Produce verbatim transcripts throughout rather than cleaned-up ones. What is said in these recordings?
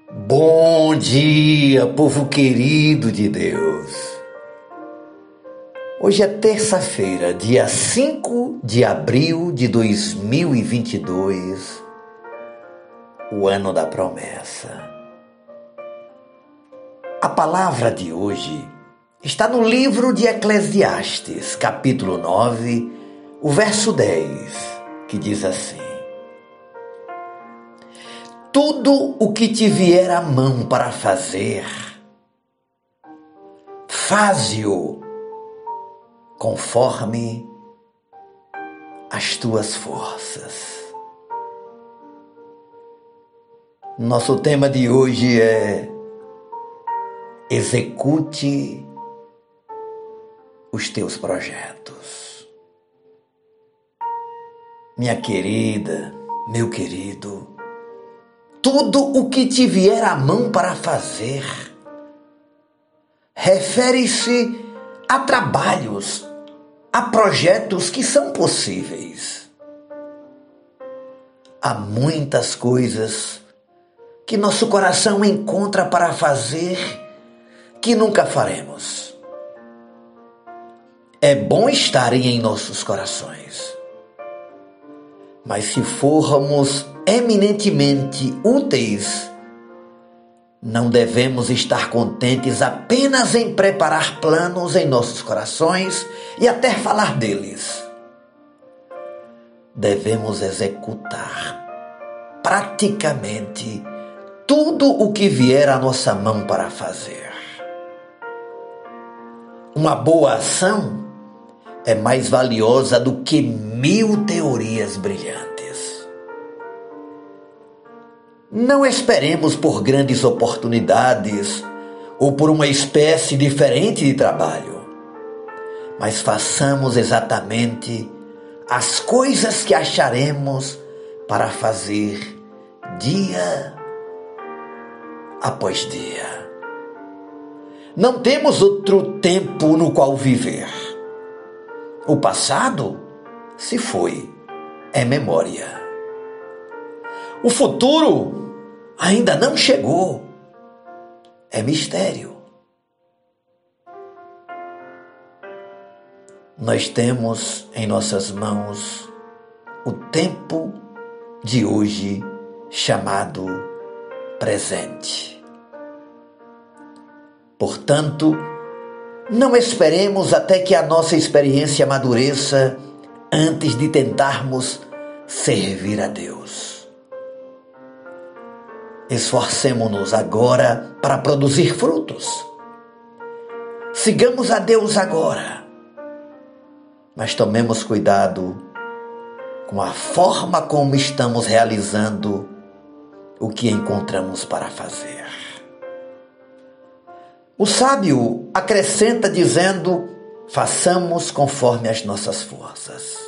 Bom dia, povo querido de Deus. Hoje é terça-feira, dia cinco de abril de dois mil e vinte e dois, o ano da promessa. A palavra de hoje está no livro de Eclesiastes, capítulo nove, o verso dez, que diz assim: tudo o que te vier à mão para fazer, faze-o conforme as tuas forças. Nosso tema de hoje é: execute os teus projetos. Minha querida, meu querido, tudo o que te vier à mão para fazer refere-se a trabalhos, a projetos que são possíveis. Há muitas coisas que nosso coração encontra para fazer que nunca faremos. É bom estarem em nossos corações, mas se formos eminentemente úteis, não devemos estar contentes apenas em preparar planos em nossos corações e até falar deles. Devemos executar praticamente tudo o que vier à nossa mão para fazer. Uma boa ação é mais valiosa do que mil teorias brilhantes. Não esperemos por grandes oportunidades ou por uma espécie diferente de trabalho, mas façamos exatamente as coisas que acharemos para fazer dia após dia. Não temos outro tempo no qual viver. O passado se foi, é memória. O futuro ainda não chegou, é mistério. Nós temos em nossas mãos o tempo de hoje chamado presente. Portanto, não esperemos até que a nossa experiência amadureça antes de tentarmos servir a Deus. Esforcemo-nos agora para produzir frutos. Sigamos a Deus agora, mas tomemos cuidado com a forma como estamos realizando o que encontramos para fazer. O sábio acrescenta dizendo: façamos conforme as nossas forças.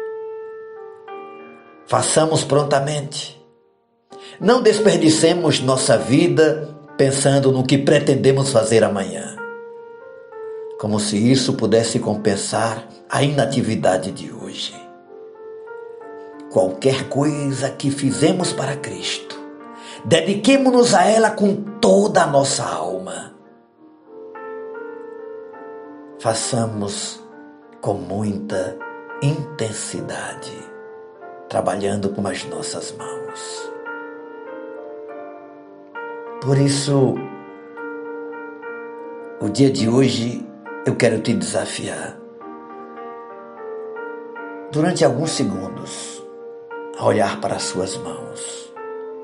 Façamos prontamente. Não desperdicemos nossa vida pensando no que pretendemos fazer amanhã, como se isso pudesse compensar a inatividade de hoje. Qualquer coisa que fizemos para Cristo, dediquemo-nos a ela com toda a nossa alma. Façamos com muita intensidade, trabalhando com as nossas mãos. Por isso, o dia de hoje eu quero te desafiar, durante alguns segundos, a olhar para as suas mãos.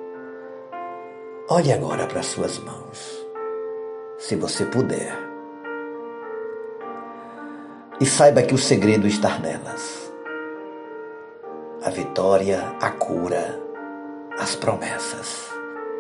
Olhe agora para as suas mãos, se você puder. E saiba que o segredo está nelas. A vitória, a cura, as promessas,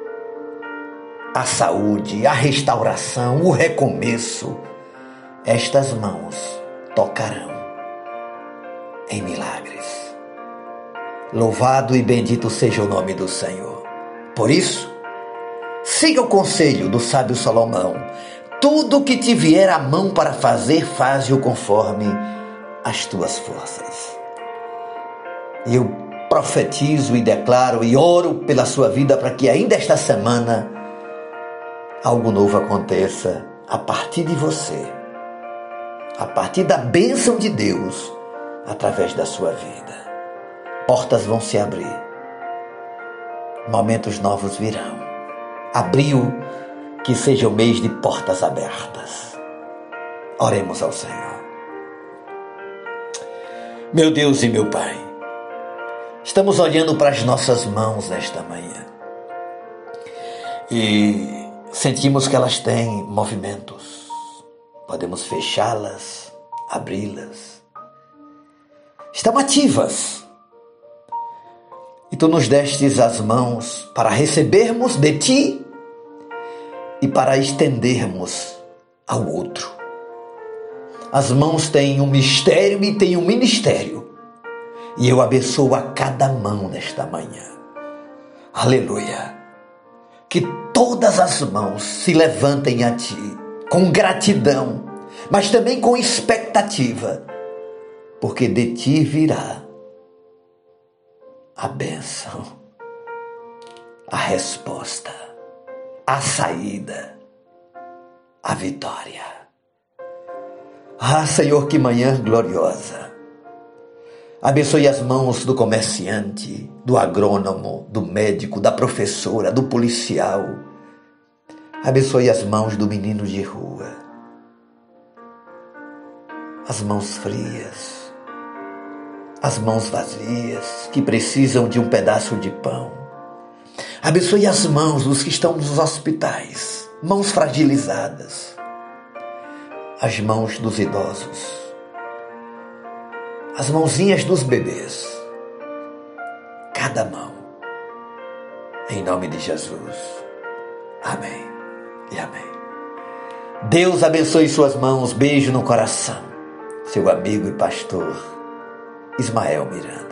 a saúde, a restauração, o recomeço. Estas mãos tocarão em milagres. Louvado e bendito seja o nome do Senhor. Por isso, siga o conselho do sábio Salomão. Tudo que te vier à mão para fazer, faze-o conforme as tuas forças. Eu profetizo e declaro e oro pela sua vida para que ainda esta semana algo novo aconteça a partir de você, a partir da bênção de Deus, através da sua vida. Portas vão se abrir, momentos novos virão. Abril, que seja o mês de portas abertas. Oremos ao Senhor. Meu Deus e meu Pai, estamos olhando para as nossas mãos nesta manhã e sentimos que elas têm movimentos. Podemos fechá-las, abri-las. Estão ativas. E Tu nos destes as mãos para recebermos de Ti e para estendermos ao outro. As mãos têm um mistério e têm um ministério. E eu abençoo a cada mão nesta manhã. Aleluia. Que todas as mãos se levantem a Ti com gratidão, mas também com expectativa, porque de Ti virá a bênção, a resposta, a saída, a vitória. Ah, Senhor, que manhã gloriosa. Abençoe as mãos do comerciante, do agrônomo, do médico, da professora, do policial. Abençoe as mãos do menino de rua. As mãos frias, as mãos vazias, que precisam de um pedaço de pão. Abençoe as mãos dos que estão nos hospitais, mãos fragilizadas. As mãos dos idosos, as mãozinhas dos bebês. Cada mão, em nome de Jesus. Amém e amém. Deus abençoe suas mãos. Beijo no coração. Seu amigo e pastor Ismael Miranda.